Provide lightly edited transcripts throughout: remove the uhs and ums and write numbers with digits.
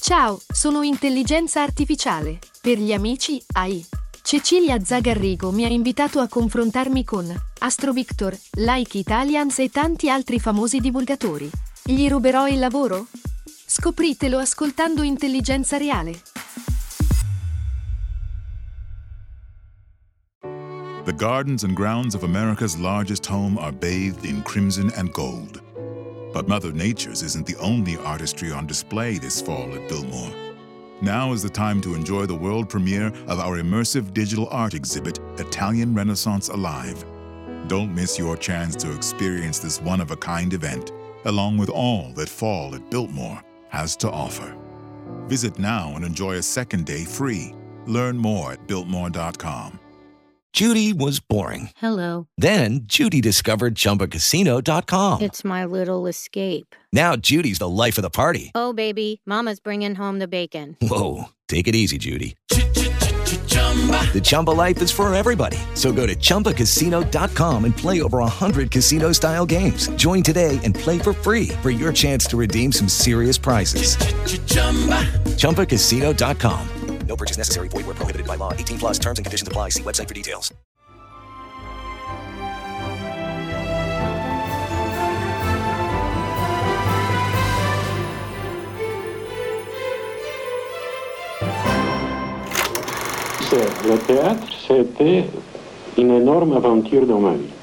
Ciao, sono intelligenza artificiale. Per gli amici, AI. Cecilia Zagarrigo mi ha invitato a confrontarmi con Astro Victor, Like Italians e tanti altri famosi divulgatori. Gli ruberò il lavoro? Scopritelo ascoltando Intelligenza Reale. The gardens and grounds of America's largest home are bathed in crimson and gold. But Mother Nature's isn't the only artistry on display this fall at Biltmore. Now is the time to enjoy the world premiere of our immersive digital art exhibit, Italian Renaissance Alive. Don't miss your chance to experience this one-of-a-kind event, along with all that fall at Biltmore has to offer. Visit now and enjoy a second day free. Learn more at Biltmore.com. Judy was boring. Hello. Then Judy discovered ChumbaCasino.com. It's my little escape. Now Judy's the life of the party. Oh, baby, mama's bringing home the bacon. Whoa, take it easy, Judy. The Chumba life is for everybody. So go to ChumbaCasino.com and play over 100 casino-style games. Join today and play for free for your chance to redeem some serious prizes. ChumbaCasino.com. No purchase necessary. Void where prohibited by law. 18 plus terms and conditions apply. See website for details. Le théâtre, c'était une énorme aventure dans ma vie.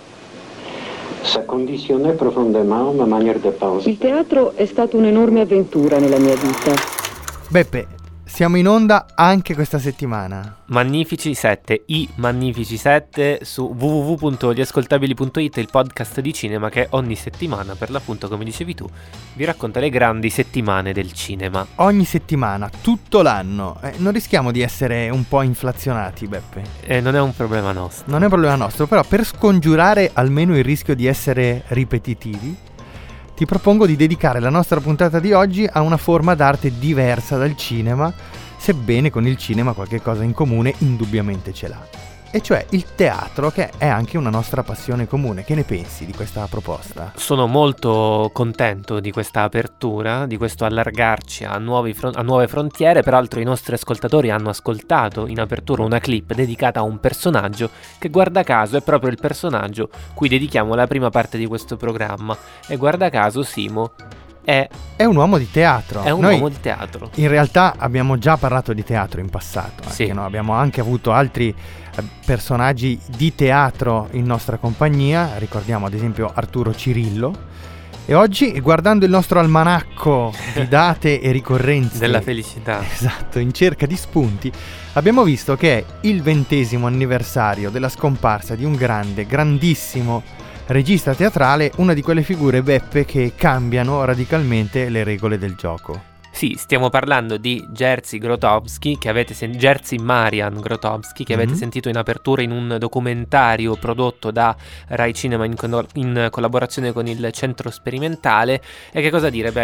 Ça conditionnait profondément ma manière de penser. Il teatro è stata un'enorme avventura nella mia vita. Beppe, siamo in onda anche questa settimana. Magnifici 7, i Magnifici 7 su www.gliascoltabili.it, il podcast di cinema che ogni settimana, per l'appunto come dicevi tu, vi racconta le grandi settimane del cinema. Ogni settimana, tutto l'anno. Non rischiamo di essere un po' inflazionati, Beppe? Non è un problema nostro. Non è un problema nostro, però per scongiurare almeno il rischio di essere ripetitivi, ti propongo di dedicare la nostra puntata di oggi a una forma d'arte diversa dal cinema, sebbene con il cinema qualche cosa in comune indubbiamente ce l'ha. E cioè il teatro, che è anche una nostra passione comune. Che ne pensi di questa proposta? Sono molto contento di questa apertura, di questo allargarci a nuove frontiere. Peraltro i nostri ascoltatori hanno ascoltato in apertura una clip dedicata a un personaggio che, guarda caso, è proprio il personaggio cui dedichiamo la prima parte di questo programma. E guarda caso Simo è un uomo di teatro. È un uomo di teatro. In realtà abbiamo già parlato di teatro in passato. Sì. No? Abbiamo anche avuto altri personaggi di teatro in nostra compagnia. Ricordiamo ad esempio Arturo Cirillo. E oggi, guardando il nostro almanacco di date e ricorrenze della felicità, esatto, in cerca di spunti, abbiamo visto che è il 20° anniversario della scomparsa di un grandissimo regista teatrale, una di quelle figure, Beppe, che cambiano radicalmente le regole del gioco. Sì, stiamo parlando di Jerzy Grotowski, Jerzy Marian Grotowski, che avete sentito in apertura in un documentario prodotto da Rai Cinema in collaborazione con il Centro Sperimentale. E che cosa dire?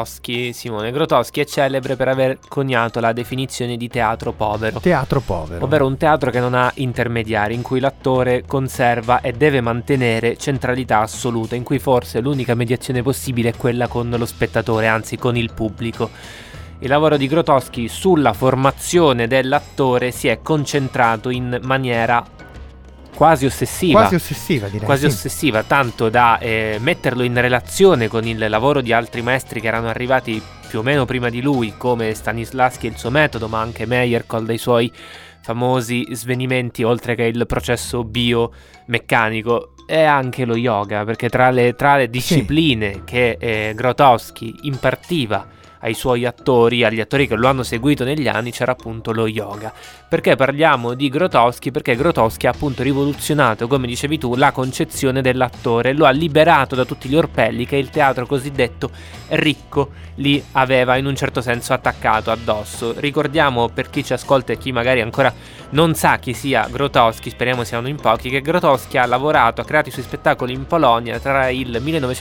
Simone Grotowski è celebre per aver coniato la definizione di teatro povero. Teatro povero. Ovvero un teatro che non ha intermediari, in cui l'attore conserva e deve mantenere centralità assoluta, in cui forse l'unica mediazione possibile è quella con lo spettatore, anzi con il pubblico. Il lavoro di Grotowski sulla formazione dell'attore si è concentrato in maniera quasi ossessiva, direi. Quasi ossessiva, tanto da metterlo in relazione con il lavoro di altri maestri che erano arrivati più o meno prima di lui, come Stanislavski e il suo metodo, ma anche Meyerhold dei suoi famosi svenimenti, oltre che il processo biomeccanico, e anche lo yoga, perché tra le discipline che Grotowski impartiva ai suoi attori, agli attori che lo hanno seguito negli anni, c'era appunto lo yoga. Perché parliamo di Grotowski? Perché Grotowski ha appunto rivoluzionato, come dicevi tu, la concezione dell'attore, lo ha liberato da tutti gli orpelli che il teatro cosiddetto ricco li aveva in un certo senso attaccato addosso. Ricordiamo, per chi ci ascolta e chi magari ancora non sa chi sia Grotowski, speriamo siano in pochi, che Grotowski ha creato i suoi spettacoli in Polonia tra il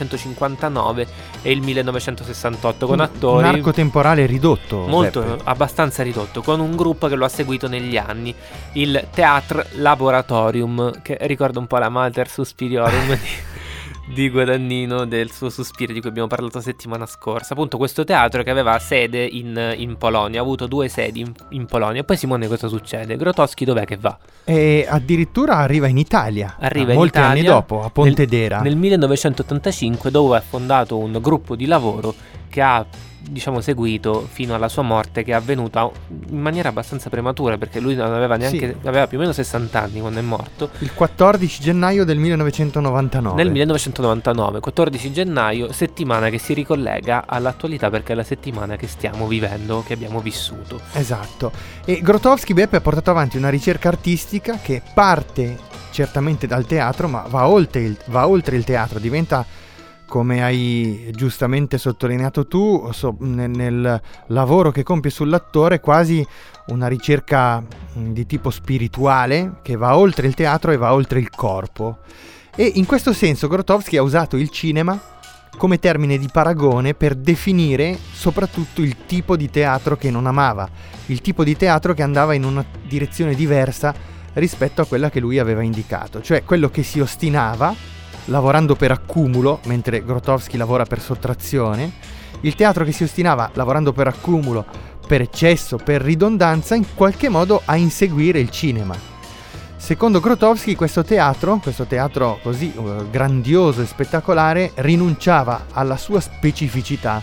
1959 e il 1968 con attori. Un arco temporale ridotto, abbastanza ridotto, con un gruppo che lo ha seguito negli anni, il Theatre Laboratorium, che ricorda un po' la Mater Suspiriorum di Guadagnino del suo Suspiria, di cui abbiamo parlato settimana scorsa. Appunto, questo teatro che aveva sede in Polonia, ha avuto 2 sedi in Polonia. Poi, Simone, cosa succede? Grotowski dov'è che va? E addirittura arriva in Italia, arriva molti in Italia, anni dopo, a Pontedera. Nel 1985, dove ha fondato un gruppo di lavoro che ha, diciamo, seguito fino alla sua morte, che è avvenuta in maniera abbastanza prematura, perché lui non aveva neanche, aveva più o meno 60 anni quando è morto. Il 14 gennaio del 1999. Nel 1999, 14 gennaio, settimana che si ricollega all'attualità, perché è la settimana che stiamo vivendo, che abbiamo vissuto. Esatto. E Grotowski, Beppe, ha portato avanti una ricerca artistica che parte certamente dal teatro, ma va oltre il teatro, diventa, come hai giustamente sottolineato tu, nel lavoro che compie sull'attore, quasi una ricerca di tipo spirituale che va oltre il teatro e va oltre il corpo. E in questo senso Grotowski ha usato il cinema come termine di paragone per definire soprattutto il tipo di teatro che non amava, il tipo di teatro che andava in una direzione diversa rispetto a quella che lui aveva indicato, cioè quello che si ostinava lavorando per accumulo, mentre Grotowski lavora per sottrazione, il teatro che si ostinava lavorando per accumulo, per eccesso, per ridondanza, in qualche modo a inseguire il cinema. Secondo Grotowski questo teatro così grandioso e spettacolare rinunciava alla sua specificità,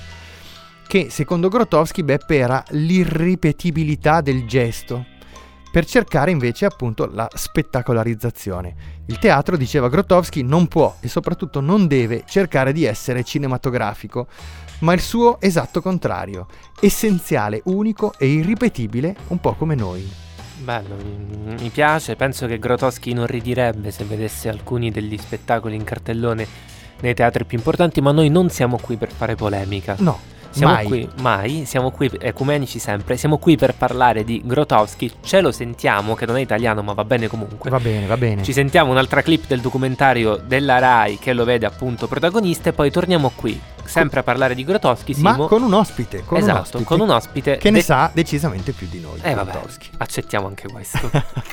che secondo Grotowski, Beppe, era l'irripetibilità del gesto, per cercare invece appunto la spettacolarizzazione. Il teatro, diceva Grotowski, non può e soprattutto non deve cercare di essere cinematografico, ma il suo esatto contrario, essenziale, unico e irripetibile, un po' come noi. Bello, mi piace, penso che Grotowski non ridirebbe se vedesse alcuni degli spettacoli in cartellone nei teatri più importanti, ma noi non siamo qui per fare polemica. No. Siamo qui ecumenici sempre, siamo qui per parlare di Grotowski, ce lo sentiamo, che non è italiano ma va bene comunque. Va bene. Ci sentiamo un'altra clip del documentario della Rai che lo vede appunto protagonista e poi torniamo qui, sempre a parlare di Grotowski, ma con un ospite. Con un ospite che ne sa decisamente più di noi. Vabbè, accettiamo anche questo.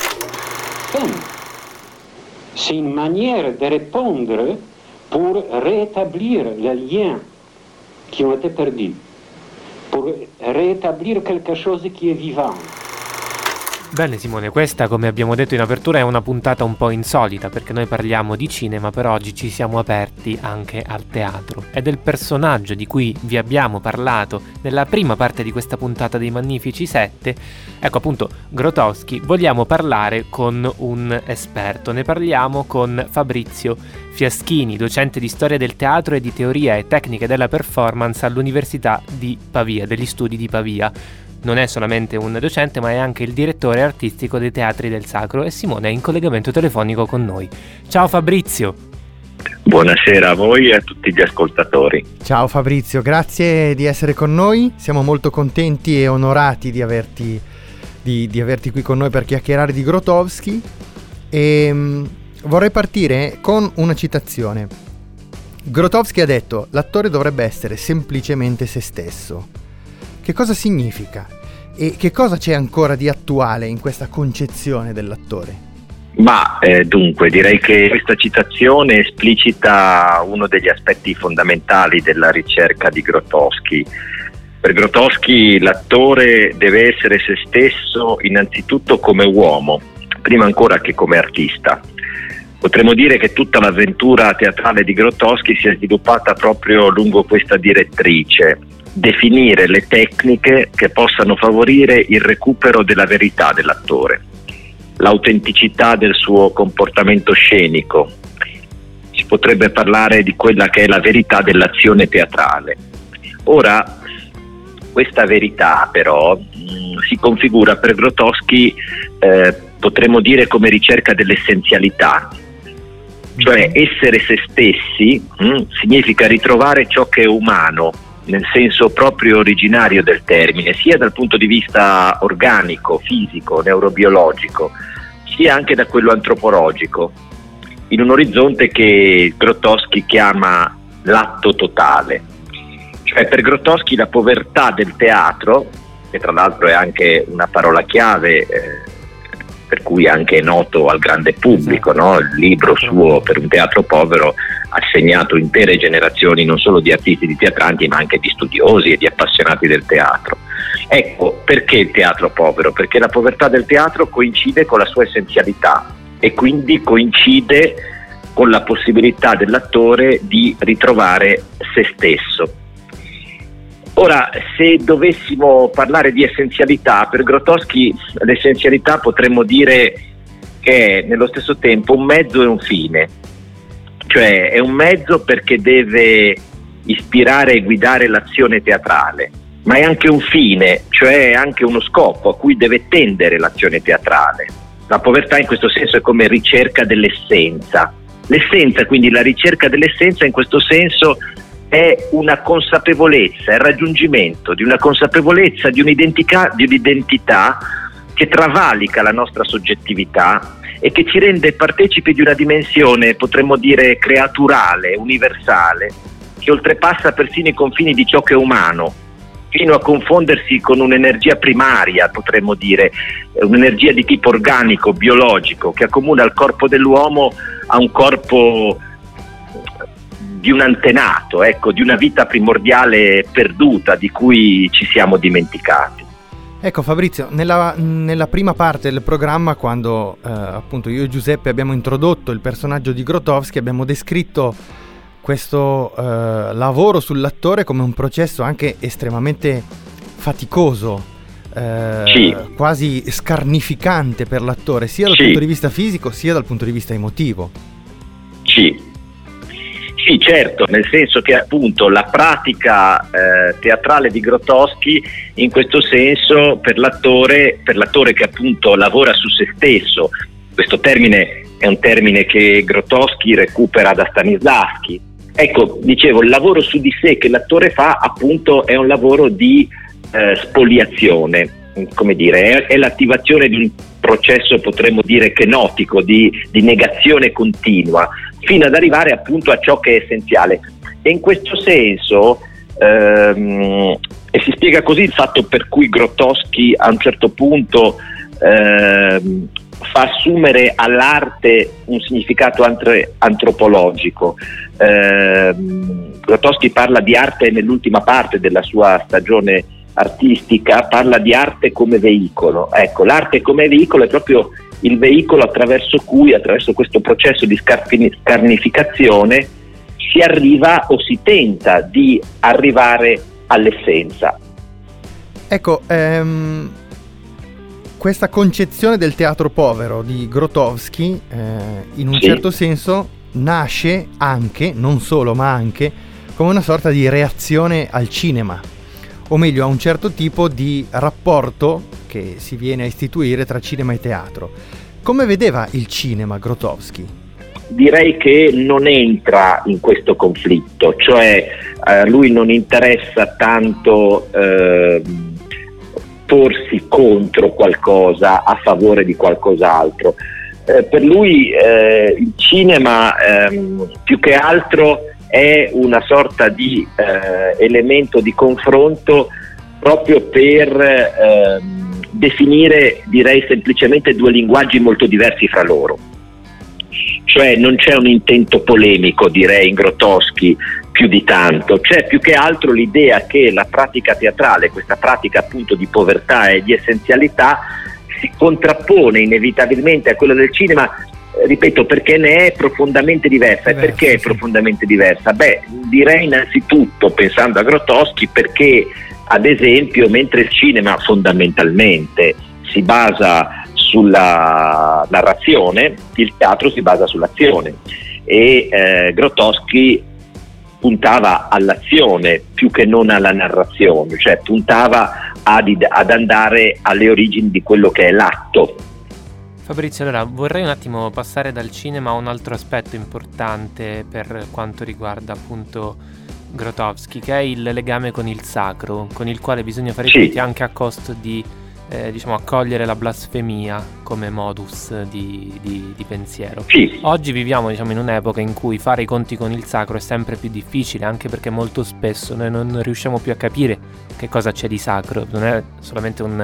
C'est une manière de répondre pour rétablir les liens qui ont été perdus, pour rétablir quelque chose qui est vivant. Bene Simone, questa, come abbiamo detto in apertura, è una puntata un po' insolita, perché noi parliamo di cinema, però oggi ci siamo aperti anche al teatro. E del personaggio di cui vi abbiamo parlato nella prima parte di questa puntata dei Magnifici 7, ecco appunto Grotowski, vogliamo parlare con un esperto. Ne parliamo con Fabrizio Fiaschini, docente di storia del teatro e di teoria e tecniche della performance all'Università di Pavia, degli studi di Pavia. Non è solamente un docente, ma è anche il direttore artistico dei Teatri del Sacro, e Simone è in collegamento telefonico con noi. Ciao Fabrizio. Buonasera a voi e a tutti gli ascoltatori. Ciao Fabrizio, grazie di essere con noi. Siamo molto contenti e onorati di averti qui con noi per chiacchierare di Grotowski. E vorrei partire con una citazione. Grotowski ha detto: l'attore dovrebbe essere semplicemente se stesso. Che cosa significa? E che cosa c'è ancora di attuale in questa concezione dell'attore? Ma dunque direi che questa citazione esplicita uno degli aspetti fondamentali della ricerca di Grotowski. Per Grotowski l'attore deve essere se stesso innanzitutto come uomo, prima ancora che come artista. Potremmo dire che tutta l'avventura teatrale di Grotowski si è sviluppata proprio lungo questa direttrice: definire le tecniche che possano favorire il recupero della verità dell'attore, l'autenticità del suo comportamento scenico. Si potrebbe parlare di quella che è la verità dell'azione teatrale. Ora, questa verità però si configura per Grotowski, potremmo dire, come ricerca dell'essenzialità. Cioè essere se stessi significa ritrovare ciò che è umano, nel senso proprio originario del termine, sia dal punto di vista organico, fisico, neurobiologico, sia anche da quello antropologico, in un orizzonte che Grotowski chiama l'atto totale. Cioè per Grotowski la povertà del teatro, che tra l'altro è anche una parola chiave per cui anche è noto al grande pubblico, no? Il libro suo Per un teatro povero ha segnato intere generazioni non solo di artisti, di teatranti, ma anche di studiosi e di appassionati del teatro. Ecco, perché il teatro povero? Perché la povertà del teatro coincide con la sua essenzialità e quindi coincide con la possibilità dell'attore di ritrovare se stesso. Ora, se dovessimo parlare di essenzialità, per Grotowski l'essenzialità potremmo dire che è nello stesso tempo un mezzo e un fine, cioè è un mezzo perché deve ispirare e guidare l'azione teatrale, ma è anche un fine, cioè è anche uno scopo a cui deve tendere l'azione teatrale. La povertà in questo senso è come ricerca dell'essenza. L'essenza, quindi la ricerca dell'essenza in questo senso è una consapevolezza, è il raggiungimento di una consapevolezza, di un'identità che travalica la nostra soggettività e che ci rende partecipi di una dimensione, potremmo dire, creaturale, universale, che oltrepassa persino i confini di ciò che è umano, fino a confondersi con un'energia primaria, potremmo dire, un'energia di tipo organico, biologico, che accomuna il corpo dell'uomo a un corpo di un antenato, ecco, di una vita primordiale perduta di cui ci siamo dimenticati. Ecco Fabrizio, nella prima parte del programma, quando appunto io e Giuseppe abbiamo introdotto il personaggio di Grotowski, abbiamo descritto questo lavoro sull'attore come un processo anche estremamente faticoso, quasi scarnificante per l'attore, sia dal punto di vista fisico sia dal punto di vista emotivo. Sì, certo, nel senso che appunto la pratica teatrale di Grotowski in questo senso per l'attore che appunto lavora su se stesso, questo termine è un termine che Grotowski recupera da Stanislavski. Ecco, dicevo, il lavoro su di sé che l'attore fa appunto è un lavoro di spoliazione, come dire, è l'attivazione di un processo, potremmo dire, kenotico, di negazione continua, fino ad arrivare appunto a ciò che è essenziale. E in questo senso e si spiega così il fatto per cui Grotowski a un certo punto fa assumere all'arte un significato antropologico. Grotowski parla di arte nell'ultima parte della sua stagione artistica, parla di arte come veicolo. Ecco, l'arte come veicolo è proprio il veicolo attraverso cui, attraverso questo processo di scarnificazione, si arriva o si tenta di arrivare all'essenza. Ecco, questa concezione del teatro povero di Grotowski in un certo senso nasce anche, non solo ma anche, come una sorta di reazione al cinema, o meglio a un certo tipo di rapporto che si viene a istituire tra cinema e teatro. Come vedeva il cinema Grotowski? Direi che non entra in questo conflitto, cioè lui non interessa tanto porsi contro qualcosa a favore di qualcos'altro. Per lui il cinema più che altro è una sorta di elemento di confronto proprio per definire, direi semplicemente, due linguaggi molto diversi fra loro. Cioè non c'è un intento polemico, direi, in Grotowski più di tanto, c'è più che altro l'idea che la pratica teatrale, questa pratica appunto di povertà e di essenzialità, si contrappone inevitabilmente a quella del cinema, ripeto, perché ne è profondamente diversa. E perché è profondamente diversa? Beh, direi innanzitutto, pensando a Grotowski, perché ad esempio mentre il cinema fondamentalmente si basa sulla narrazione, il teatro si basa sull'azione e Grotowski puntava all'azione più che non alla narrazione, cioè puntava ad andare alle origini di quello che è l'atto. Fabrizio, allora vorrei un attimo passare dal cinema a un altro aspetto importante per quanto riguarda appunto Grotowski, che è il legame con il sacro, con il quale bisogna fare i conti anche a costo di accogliere la blasfemia come modus di pensiero. Oggi viviamo in un'epoca in cui fare i conti con il sacro è sempre più difficile, anche perché molto spesso noi non riusciamo più a capire che cosa c'è di sacro. Non è solamente un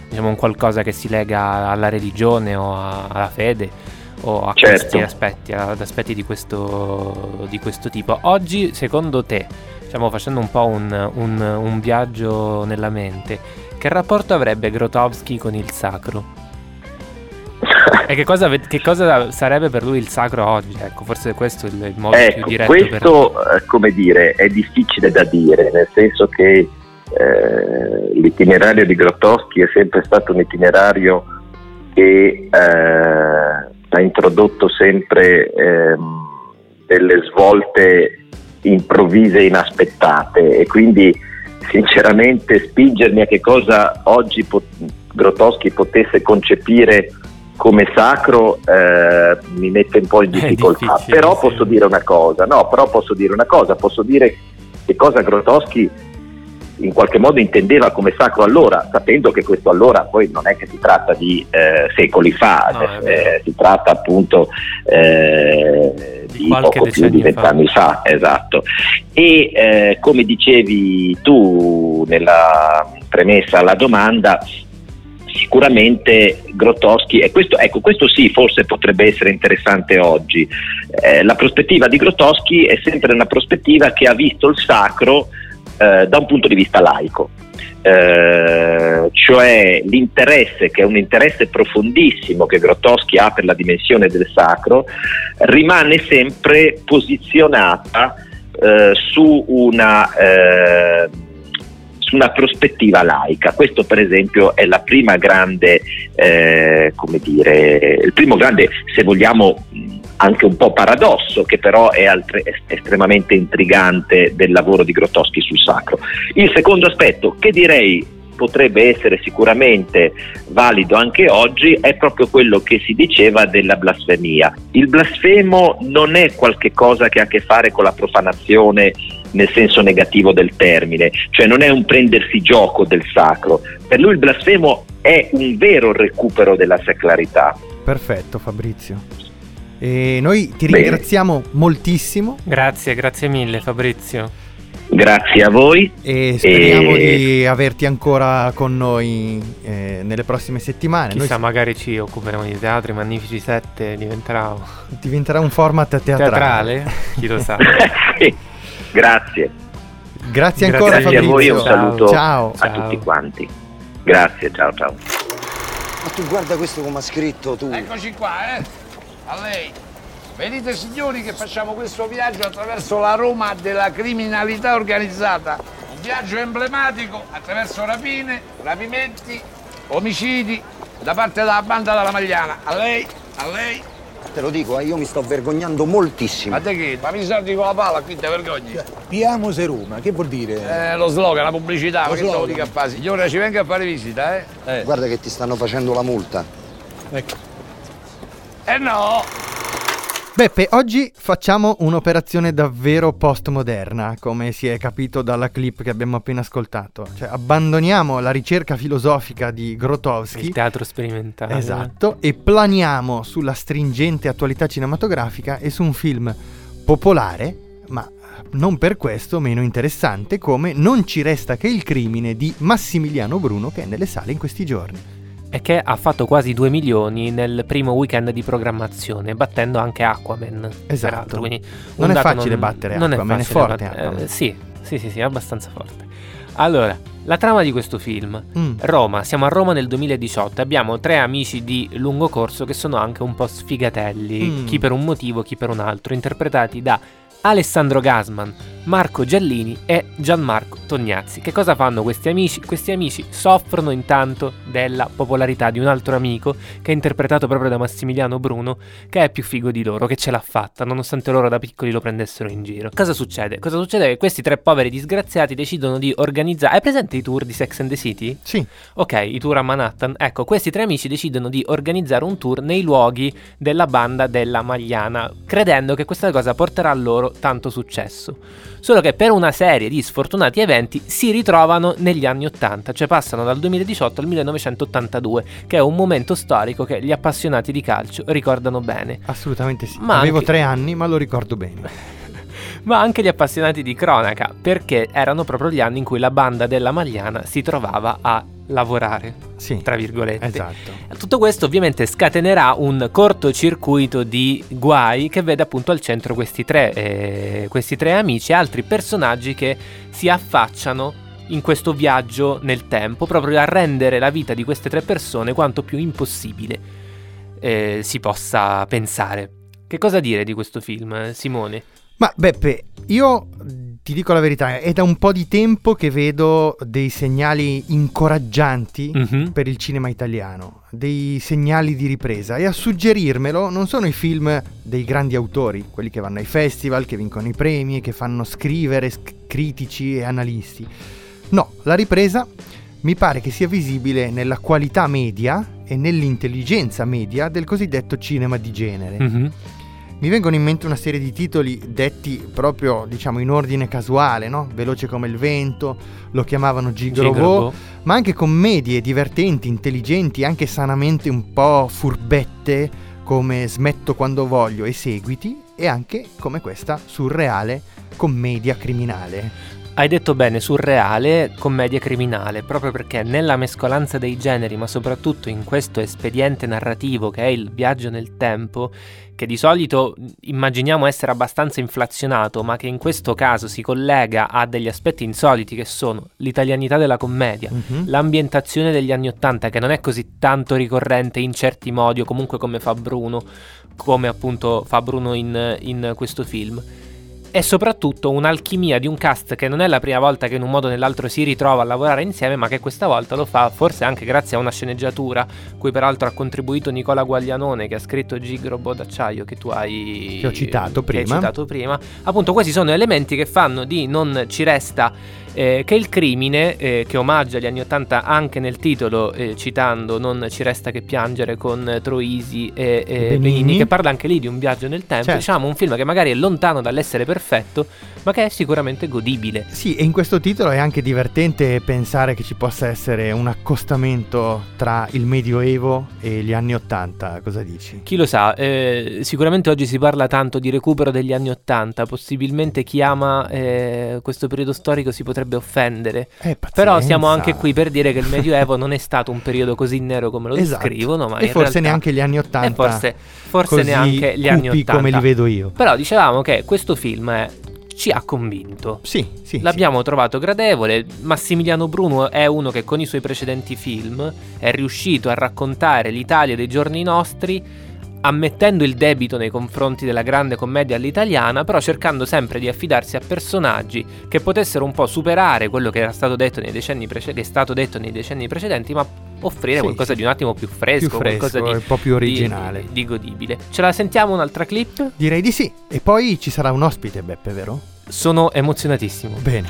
diciamo, un qualcosa che si lega alla religione o alla fede o a Certo. questi aspetti, ad aspetti di questo tipo. Oggi, secondo te, stiamo facendo un po' un viaggio nella mente, che rapporto avrebbe Grotowski con il sacro? E che cosa sarebbe per lui il sacro oggi? Ecco, forse questo è il modo più diretto questo, come dire, è difficile da dire, nel senso che l'itinerario di Grotowski è sempre stato un itinerario che ha introdotto sempre delle svolte improvvise e inaspettate, e quindi sinceramente spingermi a che cosa oggi Grotowski potesse concepire come sacro mi mette un po' in difficoltà. Però posso dire una cosa, posso dire che cosa Grotowski in qualche modo intendeva come sacro allora, sapendo che questo allora poi non è che si tratta di secoli fa, si tratta appunto di poco più di 20 anni fa, esatto. E come dicevi tu nella premessa alla domanda, sicuramente Grotowski, e questo sì, forse potrebbe essere interessante oggi, la prospettiva di Grotowski è sempre una prospettiva che ha visto il sacro da un punto di vista laico, cioè l'interesse, che è un interesse profondissimo che Grotowski ha per la dimensione del sacro, rimane sempre posizionata su una prospettiva laica. Questo per esempio è la prima grande, il primo grande, se vogliamo anche un po' paradosso, che però è estremamente intrigante del lavoro di Grotowski sul sacro. Il secondo aspetto, che direi potrebbe essere sicuramente valido anche oggi, è proprio quello che si diceva della blasfemia. Il blasfemo non è qualche cosa che ha a che fare con la profanazione nel senso negativo del termine, cioè non è un prendersi gioco del sacro. Per lui il blasfemo è un vero recupero della sacralità. Perfetto, Fabrizio. E noi ti ringraziamo moltissimo. Grazie mille, Fabrizio. Grazie a voi. E speriamo di averti ancora con noi nelle prossime settimane. Chissà, magari ci occuperemo di teatro, i Magnifici 7 diventerà un format teatrale. Chi lo sa. Sì. Grazie ancora, Fabrizio. A voi, un saluto ciao. A tutti quanti. Grazie, ciao. Ma tu guarda questo come ha scritto tu. Eccoci qua, a lei. Venite signori che facciamo questo viaggio attraverso la Roma della criminalità organizzata. Un viaggio emblematico attraverso rapimenti, omicidi da parte della banda della Magliana. A lei. Te lo dico, io mi sto vergognando moltissimo. Ma te che? Ma mi salti con la palla, qui te vergogni. Piamo Roma, che vuol dire? Lo slogan, la pubblicità, ma che te lo dica a fare? Signora, ci venga a fare visita, Guarda che ti stanno facendo la multa. Ecco. No! Beppe, oggi facciamo un'operazione davvero postmoderna, come si è capito dalla clip che abbiamo appena ascoltato. Cioè, abbandoniamo la ricerca filosofica di Grotowski, il teatro sperimentale. Esatto, e planiamo sulla stringente attualità cinematografica e su un film popolare, ma non per questo meno interessante, come Non ci resta che il crimine di Massimiliano Bruno, che è nelle sale in questi giorni. E che ha fatto quasi 2 milioni nel primo weekend di programmazione, battendo anche Aquaman. Esatto. Quindi non è facile battere Aquaman, è forte Aquaman. Sì, abbastanza forte. Allora, la trama di questo film. Roma, siamo a Roma nel 2018, abbiamo 3 amici di lungo corso che sono anche un po' sfigatelli, chi per un motivo, chi per un altro, interpretati da Alessandro Gasman, Marco Giallini e Gianmarco Tognazzi. Che cosa fanno questi amici? Questi amici soffrono intanto della popolarità di un altro amico che è interpretato proprio da Massimiliano Bruno, che è più figo di loro, che ce l'ha fatta nonostante loro da piccoli lo prendessero in giro. Cosa succede? Che questi 3 poveri disgraziati decidono di organizzare... Hai presente i tour di Sex and the City? Sì. Ok, i tour a Manhattan. Ecco, questi 3 amici decidono di organizzare un tour nei luoghi della banda della Magliana, credendo che questa cosa porterà loro tanto successo. Solo che per una serie di sfortunati eventi si ritrovano negli anni 80, cioè passano dal 2018 al 1982, che è un momento storico che gli appassionati di calcio ricordano bene. Assolutamente sì. Avevo 3 anni, ma lo ricordo bene. Ma anche gli appassionati di cronaca, perché erano proprio gli anni in cui la banda della Magliana si trovava a lavorare, sì, tra virgolette. Esatto. Tutto questo ovviamente scatenerà un cortocircuito di guai che vede appunto al centro questi tre amici e altri personaggi che si affacciano in questo viaggio nel tempo, proprio a rendere la vita di queste tre persone quanto più impossibile si possa pensare. Che cosa dire di questo film, Simone? Ma Beppe, io ti dico la verità, è da un po' di tempo che vedo dei segnali incoraggianti per il cinema italiano, dei segnali di ripresa, e a suggerirmelo non sono i film dei grandi autori, quelli che vanno ai festival, che vincono i premi, che fanno scrivere critici e analisti. No, la ripresa mi pare che sia visibile nella qualità media e nell'intelligenza media del cosiddetto cinema di genere. Mi vengono in mente una serie di titoli detti proprio, diciamo, in ordine casuale, no? Veloce come il vento, lo chiamavano Gigrobo, ma anche commedie divertenti, intelligenti, anche sanamente un po' furbette, come Smetto quando voglio e Seguiti, e anche come questa surreale commedia criminale. Hai detto bene, surreale, commedia criminale, proprio perché nella mescolanza dei generi, ma soprattutto in questo espediente narrativo che è il viaggio nel tempo, che di solito immaginiamo essere abbastanza inflazionato, ma che in questo caso si collega a degli aspetti insoliti che sono l'italianità della commedia, l'ambientazione degli anni '80 che non è così tanto ricorrente in certi modi, o comunque come fa Bruno in questo film. E soprattutto un'alchimia di un cast che non è la prima volta che in un modo o nell'altro si ritrova a lavorare insieme, ma che questa volta lo fa forse anche grazie a una sceneggiatura, cui peraltro ha contribuito Nicola Guaglianone, che ha scritto Gigrobo d'acciaio, che ho citato prima. Appunto, questi sono elementi che fanno di Non ci resta che il crimine, che omaggia gli anni '80 anche nel titolo, citando Non ci resta che piangere con Troisi e Benigni, che parla anche lì di un viaggio nel tempo. Certo. Diciamo un film che magari è lontano dall'essere perfetto, ma che è sicuramente godibile. Sì, e in questo titolo è anche divertente pensare che ci possa essere un accostamento tra il Medioevo e gli anni '80. Cosa dici? Chi lo sa, sicuramente oggi si parla tanto di recupero degli anni '80, possibilmente chi ama questo periodo storico si potrebbe offendere, però siamo anche qui per dire che il Medioevo non è stato un periodo così nero come lo descrivono, ma e in forse realtà, neanche gli anni '80, forse neanche gli anni '80 come li vedo io. Però dicevamo che questo film ci ha convinto. Sì, l'abbiamo trovato gradevole. Massimiliano Bruno è uno che con i suoi precedenti film è riuscito a raccontare l'Italia dei giorni nostri, ammettendo il debito nei confronti della grande commedia all'italiana, però cercando sempre di affidarsi a personaggi che potessero un po' superare quello che era stato detto nei decenni precedenti, ma offrire qualcosa di un attimo più fresco, qualcosa di un po' più originale, di godibile. Ce la sentiamo un'altra clip? Direi di sì. E poi ci sarà un ospite, Beppe, vero? Sono emozionatissimo. Bene.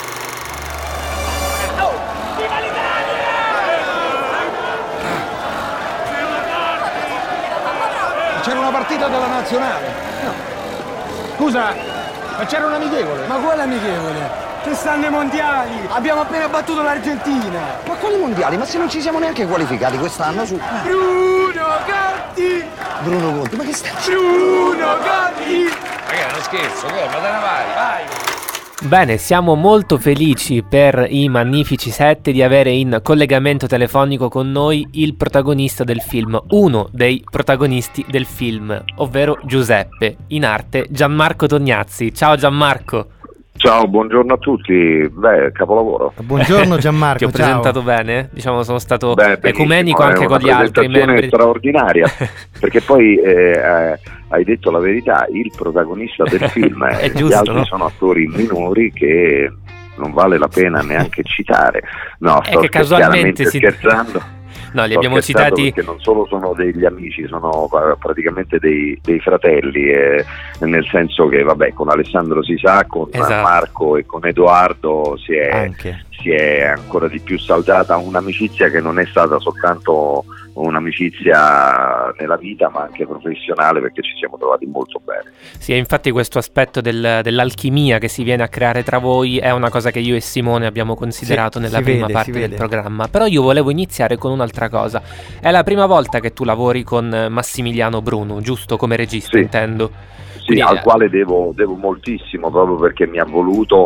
C'era una partita della nazionale. No. Scusa, ma c'era un amichevole. Ma quale amichevole? Che stanno i mondiali! Abbiamo appena battuto l'Argentina! Ma quali mondiali? Ma se non ci siamo neanche qualificati quest'anno su... Bruno Gatti! Bruno Conti, ma che stai? Bruno Gatti! Ma che è uno scherzo? Che è? Ma te ne vai! Bene, siamo molto felici per i Magnifici 7 di avere in collegamento telefonico con noi il protagonista del film, uno dei protagonisti del film, ovvero Giuseppe, in arte Gianmarco Tognazzi. Ciao Gianmarco. Ciao, buongiorno a tutti. Beh, capolavoro. Buongiorno Gianmarco. Ti ho presentato bene? Diciamo sono stato ecumenico anche con gli altri membri. È straordinaria, perché poi hai detto la verità, il protagonista del film è giusto, gli altri no? Sono attori minori che non vale la pena neanche citare. No, sto che casualmente scherzando. No, li abbiamo citati perché non solo sono degli amici, sono praticamente dei fratelli, nel senso che vabbè, con Alessandro si sa, con Marco e con Edoardo si è ancora di più saldata un'amicizia che non è stata soltanto un'amicizia nella vita ma anche professionale, perché ci siamo trovati molto bene. Sì, infatti questo aspetto dell'alchimia che si viene a creare tra voi è una cosa che io e Simone abbiamo considerato nella prima parte del programma. Però io volevo iniziare con un'altra cosa. È la prima volta che tu lavori con Massimiliano Bruno, giusto? Come regista, intendo. Sì, al quale devo moltissimo, proprio perché mi ha voluto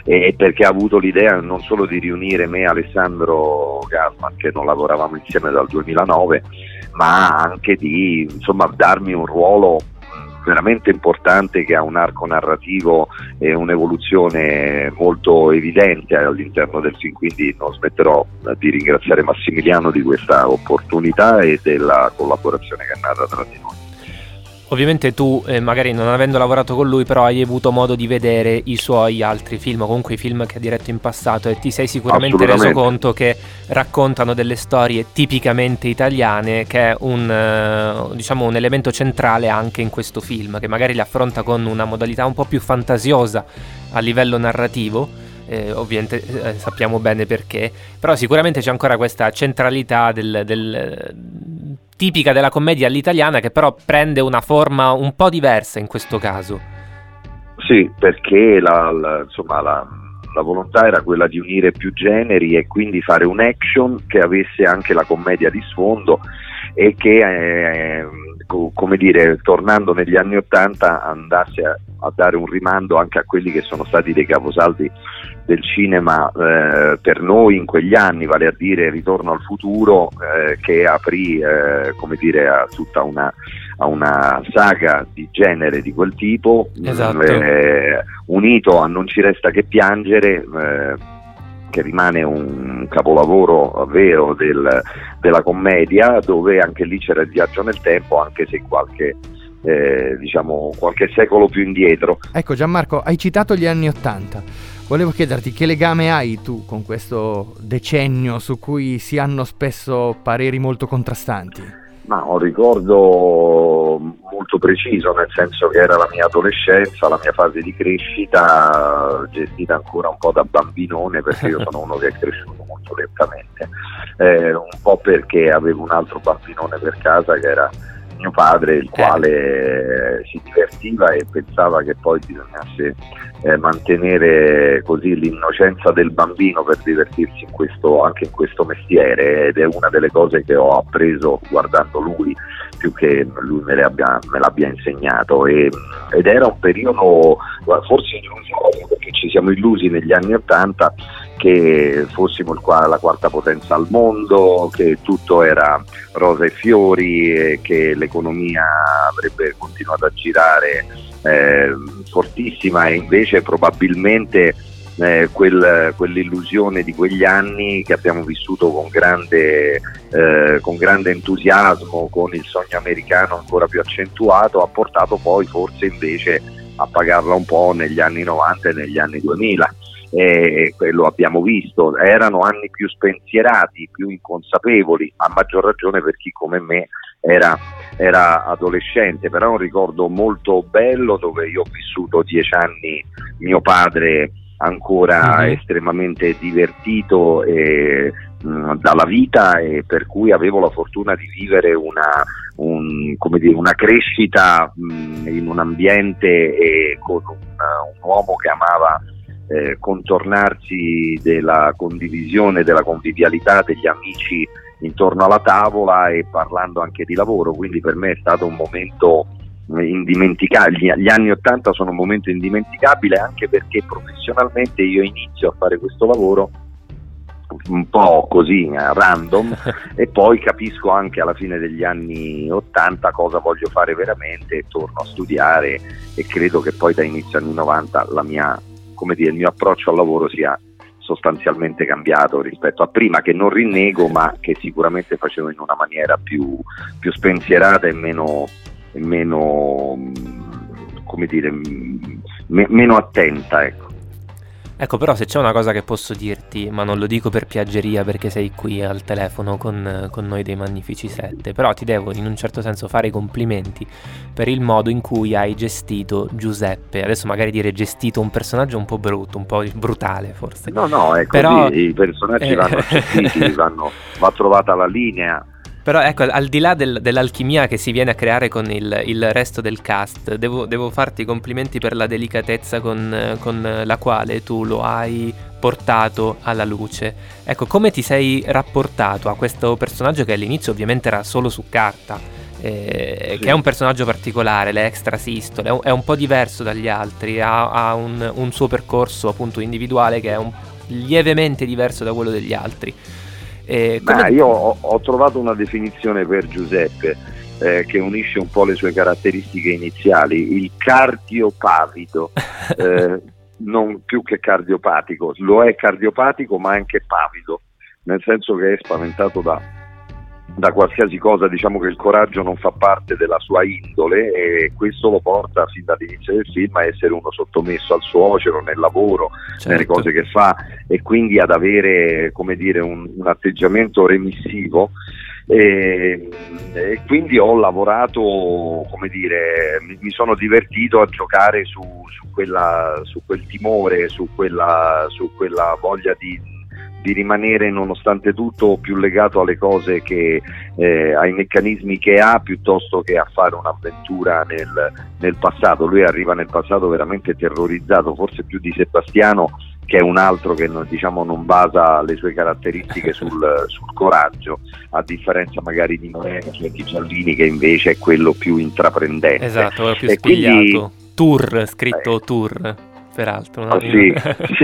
e perché ha avuto l'idea non solo di riunire me e Alessandro Gasman, che non lavoravamo insieme dal 2009, ma anche di darmi un ruolo veramente importante, che ha un arco narrativo e un'evoluzione molto evidente all'interno del film, quindi non smetterò di ringraziare Massimiliano di questa opportunità e della collaborazione che è nata tra di noi. Ovviamente tu, magari non avendo lavorato con lui, però hai avuto modo di vedere i suoi altri film, o comunque i film che ha diretto in passato, e ti sei sicuramente reso conto che raccontano delle storie tipicamente italiane, che è un elemento centrale anche in questo film, che magari li affronta con una modalità un po' più fantasiosa a livello narrativo. Ovviamente sappiamo bene perché, però sicuramente c'è ancora questa centralità tipica della commedia all'italiana, che però prende una forma un po' diversa in questo caso. Sì, perché la volontà era quella di unire più generi e quindi fare un action che avesse anche la commedia di sfondo e che tornando negli anni '80 andasse a dare un rimando anche a quelli che sono stati dei caposaldi del cinema per noi in quegli anni, vale a dire Ritorno al futuro, che aprì a tutta una saga di genere di quel tipo. Esatto. Unito a Non ci resta che piangere, che rimane un capolavoro vero della commedia, dove anche lì c'era il viaggio nel tempo, anche se qualche secolo più indietro. Ecco, Gianmarco, hai citato gli anni '80. Volevo chiederti che legame hai tu con questo decennio su cui si hanno spesso pareri molto contrastanti? Ma ho un ricordo molto preciso, nel senso che era la mia adolescenza, la mia fase di crescita, gestita ancora un po' da bambinone, perché io sono uno che è cresciuto molto lentamente, un po' perché avevo un altro bambinone per casa che era mio padre, il quale si divertiva e pensava che poi bisognasse mantenere così l'innocenza del bambino per divertirsi anche in questo mestiere, ed è una delle cose che ho appreso guardando lui, più che lui me l'abbia insegnato, ed era un periodo forse illusorio, perché ci siamo illusi negli anni '80 che fossimo la quarta potenza al mondo, che tutto era rose e fiori e che l'economia avrebbe continuato a girare fortissima, e invece probabilmente quell'illusione di quegli anni che abbiamo vissuto con grande entusiasmo, con il sogno americano ancora più accentuato, ha portato poi forse invece a pagarla un po' negli anni '90 e negli anni 2000. E quello abbiamo visto, erano anni più spensierati, più inconsapevoli, a maggior ragione per chi come me era adolescente, però è un ricordo molto bello, dove io ho vissuto 10 anni mio padre ancora estremamente divertito dalla vita, e per cui avevo la fortuna di vivere una crescita in un ambiente e con un uomo che amava contornarsi della condivisione, della convivialità degli amici intorno alla tavola, e parlando anche di lavoro. Quindi per me è stato un momento indimenticabile. Gli anni '80 sono un momento indimenticabile, anche perché professionalmente io inizio a fare questo lavoro un po' così random e poi capisco anche alla fine degli anni '80 cosa voglio fare veramente, e torno a studiare, e credo che poi da inizio anni '90 il mio approccio al lavoro sia sostanzialmente cambiato rispetto a prima, che non rinnego, ma che sicuramente facevo in una maniera più spensierata e meno attenta, ecco. Ecco, però se c'è una cosa che posso dirti, ma non lo dico per piaggeria perché sei qui al telefono con noi dei Magnifici 7, però ti devo in un certo senso fare i complimenti per il modo in cui hai gestito Giuseppe. Adesso magari dire gestito un personaggio un po' brutto, un po' brutale forse. No, è così, però, i personaggi vanno gestiti, va trovata la linea. Però ecco, al di là dell'alchimia che si viene a creare con il resto del cast, devo farti i complimenti per la delicatezza con la quale tu lo hai portato alla luce. Ecco, come ti sei rapportato a questo personaggio che all'inizio ovviamente era solo su carta che è un personaggio particolare, l'extra sistole, è un po' diverso dagli altri, ha un suo percorso appunto individuale che è lievemente diverso da quello degli altri. Io ho trovato una definizione per Giuseppe che unisce un po' le sue caratteristiche iniziali: il cardiopavido. Non più che cardiopatico, lo è cardiopatico ma anche pavido, nel senso che è spaventato da qualsiasi cosa. Diciamo che il coraggio non fa parte della sua indole e questo lo porta fin dall'inizio del film a essere uno sottomesso al suocero nel lavoro, nelle cose che fa, e quindi ad avere, come dire, un atteggiamento remissivo. E quindi ho lavorato, come dire, mi sono divertito a giocare su quel timore, su quella voglia di rimanere nonostante tutto più legato alle cose ai meccanismi che ha, piuttosto che a fare un'avventura nel passato. Lui arriva nel passato veramente terrorizzato, forse più di Sebastiano, che è un altro che non basa le sue caratteristiche sul coraggio, a differenza magari di Lorenzo e di Giallini, che invece è quello più intraprendente. Esatto, più spigliato. Quindi, Tour, scritto Tour, peraltro. No? Sì.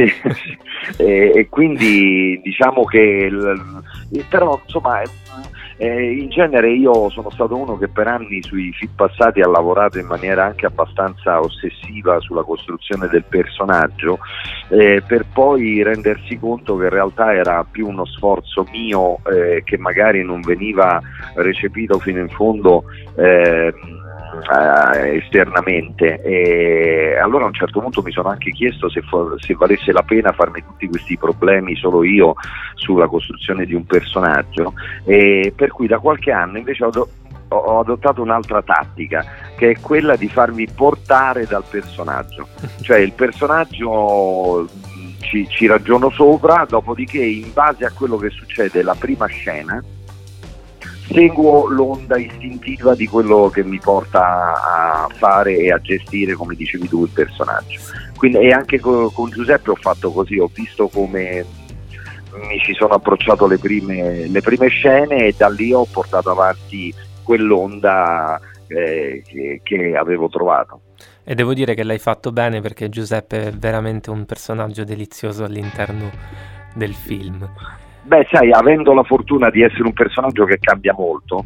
E quindi diciamo che però insomma in genere io sono stato uno che per anni sui film passati ha lavorato in maniera anche abbastanza ossessiva sulla costruzione del personaggio, per poi rendersi conto che in realtà era più uno sforzo mio che magari non veniva recepito fino in fondo esternamente, e allora a un certo punto mi sono anche chiesto se valesse la pena farmi tutti questi problemi solo io sulla costruzione di un personaggio, e per cui da qualche anno invece ho adottato un'altra tattica, che è quella di farmi portare dal personaggio, cioè il personaggio ci ragiono sopra, dopodiché in base a quello che succede la prima scena seguo l'onda istintiva di quello che mi porta a fare e a gestire, come dicevi tu, il personaggio. Quindi, e anche con Giuseppe ho fatto così, ho visto come mi ci sono approcciato le prime scene e da lì ho portato avanti quell'onda che avevo trovato. E devo dire che l'hai fatto bene, perché Giuseppe è veramente un personaggio delizioso all'interno del film. Beh, sai, avendo la fortuna di essere un personaggio che cambia molto,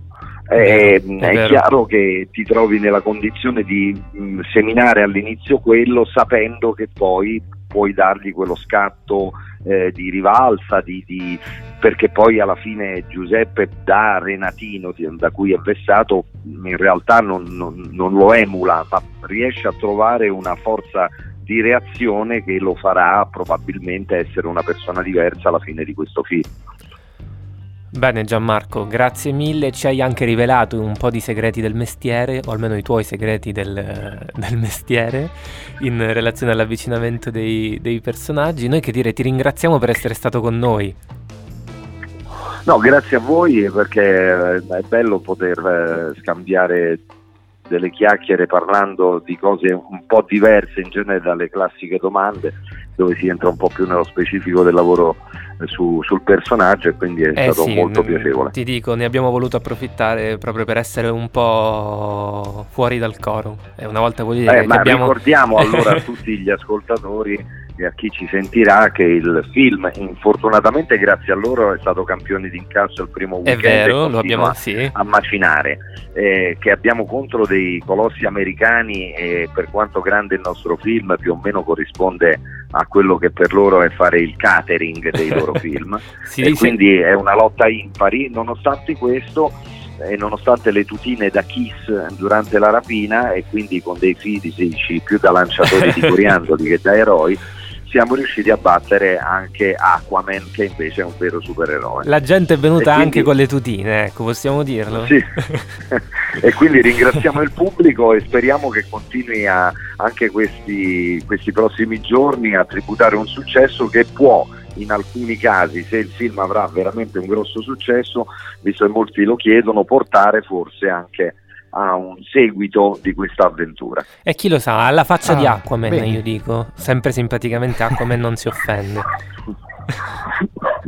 è chiaro che ti trovi nella condizione di seminare all'inizio quello, sapendo che poi puoi dargli quello scatto di rivalsa, perché poi alla fine Giuseppe da Renatino, da cui è vessato, in realtà non lo emula, ma riesce a trovare una forza di reazione che lo farà probabilmente essere una persona diversa alla fine di questo film. Bene Gianmarco, grazie mille, ci hai anche rivelato un po' di segreti del mestiere, o almeno i tuoi segreti del mestiere, in relazione all'avvicinamento dei personaggi. Noi che dire, ti ringraziamo per essere stato con noi. No, grazie a voi, perché è bello poter scambiare delle chiacchiere parlando di cose un po' diverse in genere dalle classiche domande, dove si entra un po' più nello specifico del lavoro sul personaggio, e quindi è stato molto piacevole. Ti dico, ne abbiamo voluto approfittare proprio per essere un po' fuori dal coro, e una volta vuol dire che abbiamo... Ricordiamo allora a tutti gli ascoltatori e a chi ci sentirà che il film, infortunatamente grazie a loro, è stato campione d'incasso il primo weekend. È vero, lo abbiamo a macinare, che abbiamo contro dei colossi americani, e per quanto grande il nostro film più o meno corrisponde a quello che per loro è fare il catering dei loro film. Quindi è una lotta impari. Nonostante questo, e nonostante le tutine da Kiss durante la rapina, e quindi con dei fisici più da lanciatori di coriandoli che da eroi, siamo riusciti a battere anche Aquaman, che invece è un vero supereroe. La gente è venuta anche con le tutine, ecco, possiamo dirlo? Sì. E quindi ringraziamo il pubblico e speriamo che continui anche questi prossimi giorni a tributare un successo che può, in alcuni casi, se il film avrà veramente un grosso successo, visto che molti lo chiedono, portare forse anche a un seguito di questa avventura. E chi lo sa, alla faccia di Aquaman, bene. Io dico, sempre simpaticamente Aquaman non si offende.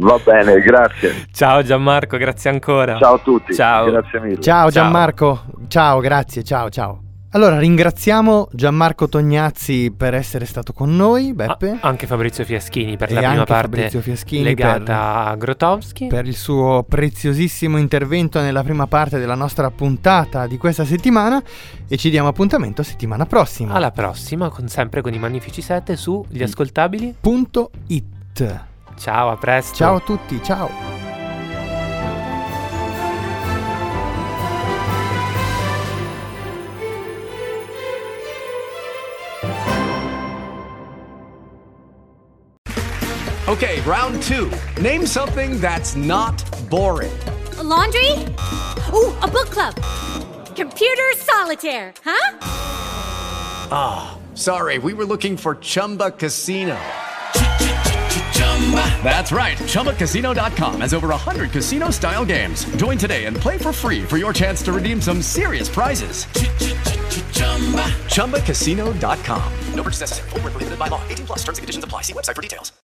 Va bene, grazie. Ciao Gianmarco, grazie ancora. Ciao a tutti. Ciao. Grazie mille. Ciao Gianmarco. Ciao, grazie, ciao. Allora, ringraziamo Gianmarco Tognazzi per essere stato con noi, Beppe. Anche Fabrizio Fiaschini per e la prima anche parte Fabrizio Fiaschini legata a Grotowski. Per il suo preziosissimo intervento nella prima parte della nostra puntata di questa settimana. E ci diamo appuntamento settimana prossima. Alla prossima, sempre con i Magnifici 7 su gliascoltabili.it. Ciao, a presto. Ciao a tutti, ciao. Okay, round 2. Name something that's not boring. A laundry? Ooh, a book club. Computer solitaire, huh? Ah, sorry, we were looking for Chumba Casino. That's right, ChumbaCasino.com has over 100 casino-style games. Join today and play for free for your chance to redeem some serious prizes. ChumbaCasino.com. No purchase necessary. Void where prohibited by law. 18+ terms and conditions apply. See website for details.